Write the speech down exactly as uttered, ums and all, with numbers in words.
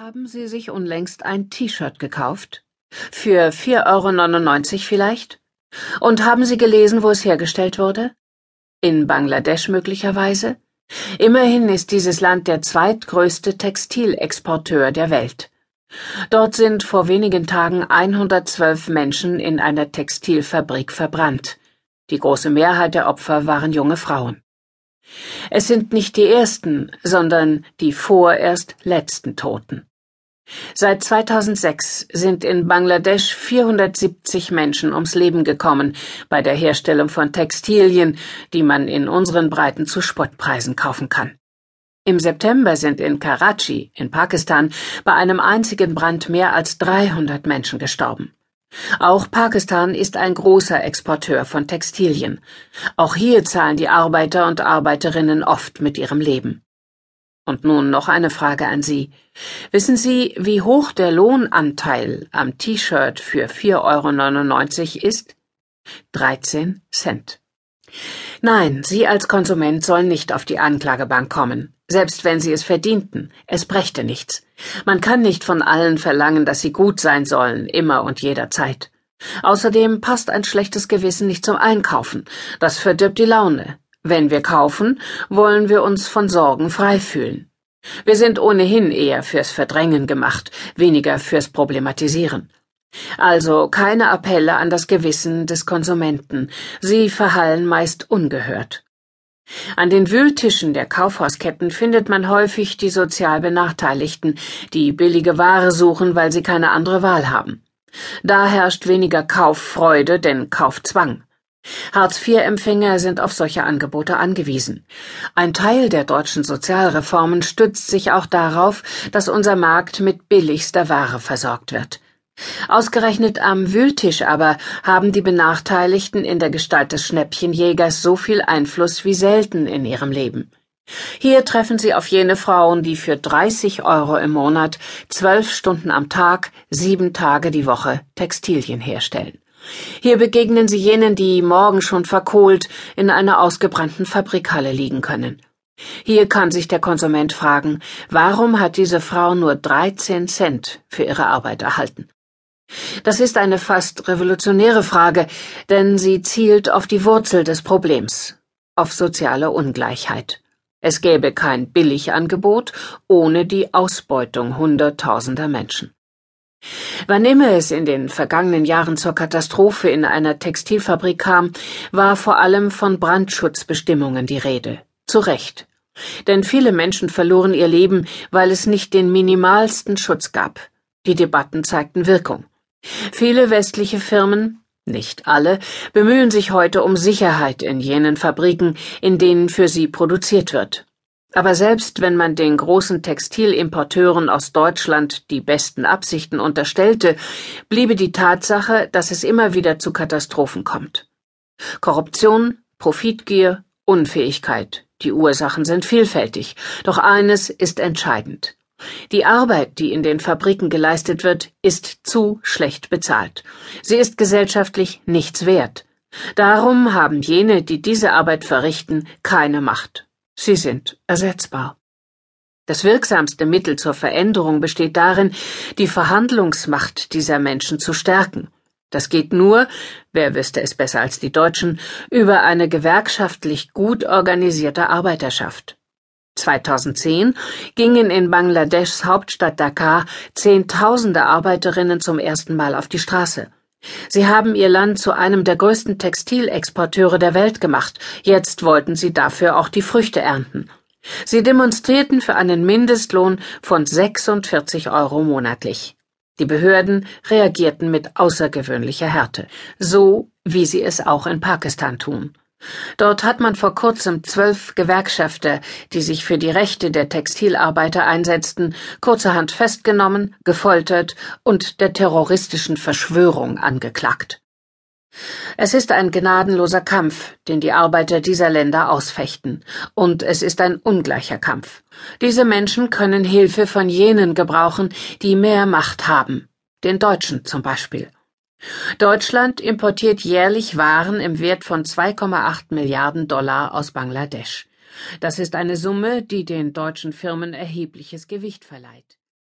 Haben Sie sich unlängst ein T-Shirt gekauft? Für vier Euro neunundneunzig vielleicht? Und haben Sie gelesen, wo es hergestellt wurde? In Bangladesch möglicherweise? Immerhin ist dieses Land der zweitgrößte Textilexporteur der Welt. Dort sind vor wenigen Tagen hundertzwölf Menschen in einer Textilfabrik verbrannt. Die große Mehrheit der Opfer waren junge Frauen. Es sind nicht die ersten, sondern die vorerst letzten Toten. Seit zweitausendsechs sind in Bangladesch vierhundertsiebzig Menschen ums Leben gekommen bei der Herstellung von Textilien, die man in unseren Breiten zu Spottpreisen kaufen kann. Im September sind in Karachi, in Pakistan, bei einem einzigen Brand mehr als dreihundert Menschen gestorben. Auch Pakistan ist ein großer Exporteur von Textilien. Auch hier zahlen die Arbeiter und Arbeiterinnen oft mit ihrem Leben. Und nun noch eine Frage an Sie. Wissen Sie, wie hoch der Lohnanteil am T-Shirt für vier Euro neunundneunzig ist? dreizehn Cent. Nein, Sie als Konsument sollen nicht auf die Anklagebank kommen, selbst wenn Sie es verdienten. Es brächte nichts. Man kann nicht von allen verlangen, dass sie gut sein sollen, immer und jederzeit. Außerdem passt ein schlechtes Gewissen nicht zum Einkaufen. Das verdirbt die Laune. Wenn wir kaufen, wollen wir uns von Sorgen frei fühlen. Wir sind ohnehin eher fürs Verdrängen gemacht, weniger fürs Problematisieren. Also keine Appelle an das Gewissen des Konsumenten, sie verhallen meist ungehört. An den Wühltischen der Kaufhausketten findet man häufig die sozial Benachteiligten, die billige Ware suchen, weil sie keine andere Wahl haben. Da herrscht weniger Kauffreude, denn Kaufzwang. Hartz-vier-Empfänger sind auf solche Angebote angewiesen. Ein Teil der deutschen Sozialreformen stützt sich auch darauf, dass unser Markt mit billigster Ware versorgt wird. Ausgerechnet am Wühltisch aber haben die Benachteiligten in der Gestalt des Schnäppchenjägers so viel Einfluss wie selten in ihrem Leben. Hier treffen sie auf jene Frauen, die für dreißig Euro im Monat, zwölf Stunden am Tag, sieben Tage die Woche Textilien herstellen. Hier begegnen sie jenen, die morgen schon verkohlt in einer ausgebrannten Fabrikhalle liegen können. Hier kann sich der Konsument fragen, warum hat diese Frau nur dreizehn Cent für ihre Arbeit erhalten? Das ist eine fast revolutionäre Frage, denn sie zielt auf die Wurzel des Problems, auf soziale Ungleichheit. Es gäbe kein Billigangebot ohne die Ausbeutung hunderttausender Menschen. Wann immer es in den vergangenen Jahren zur Katastrophe in einer Textilfabrik kam, war vor allem von Brandschutzbestimmungen die Rede. Zu Recht. Denn viele Menschen verloren ihr Leben, weil es nicht den minimalsten Schutz gab. Die Debatten zeigten Wirkung. Viele westliche Firmen, nicht alle, bemühen sich heute um Sicherheit in jenen Fabriken, in denen für sie produziert wird. Aber selbst wenn man den großen Textilimporteuren aus Deutschland die besten Absichten unterstellte, bliebe die Tatsache, dass es immer wieder zu Katastrophen kommt. Korruption, Profitgier, Unfähigkeit. Die Ursachen sind vielfältig, doch eines ist entscheidend. Die Arbeit, die in den Fabriken geleistet wird, ist zu schlecht bezahlt. Sie ist gesellschaftlich nichts wert. Darum haben jene, die diese Arbeit verrichten, keine Macht. Sie sind ersetzbar. Das wirksamste Mittel zur Veränderung besteht darin, die Verhandlungsmacht dieser Menschen zu stärken. Das geht nur, wer wüsste es besser als die Deutschen, über eine gewerkschaftlich gut organisierte Arbeiterschaft. zweitausendzehn gingen in Bangladeschs Hauptstadt Dhaka Zehntausende Arbeiterinnen zum ersten Mal auf die Straße. Sie haben ihr Land zu einem der größten Textilexporteure der Welt gemacht. Jetzt wollten sie dafür auch die Früchte ernten. Sie demonstrierten für einen Mindestlohn von sechsundvierzig Euro monatlich. Die Behörden reagierten mit außergewöhnlicher Härte, so wie sie es auch in Pakistan tun. Dort hat man vor kurzem zwölf Gewerkschafter, die sich für die Rechte der Textilarbeiter einsetzten, kurzerhand festgenommen, gefoltert und der terroristischen Verschwörung angeklagt. Es ist ein gnadenloser Kampf, den die Arbeiter dieser Länder ausfechten, und es ist ein ungleicher Kampf. Diese Menschen können Hilfe von jenen gebrauchen, die mehr Macht haben, den Deutschen zum Beispiel. Deutschland importiert jährlich Waren im Wert von zwei Komma acht Milliarden Dollar aus Bangladesch. Das ist eine Summe, die den deutschen Firmen erhebliches Gewicht verleiht.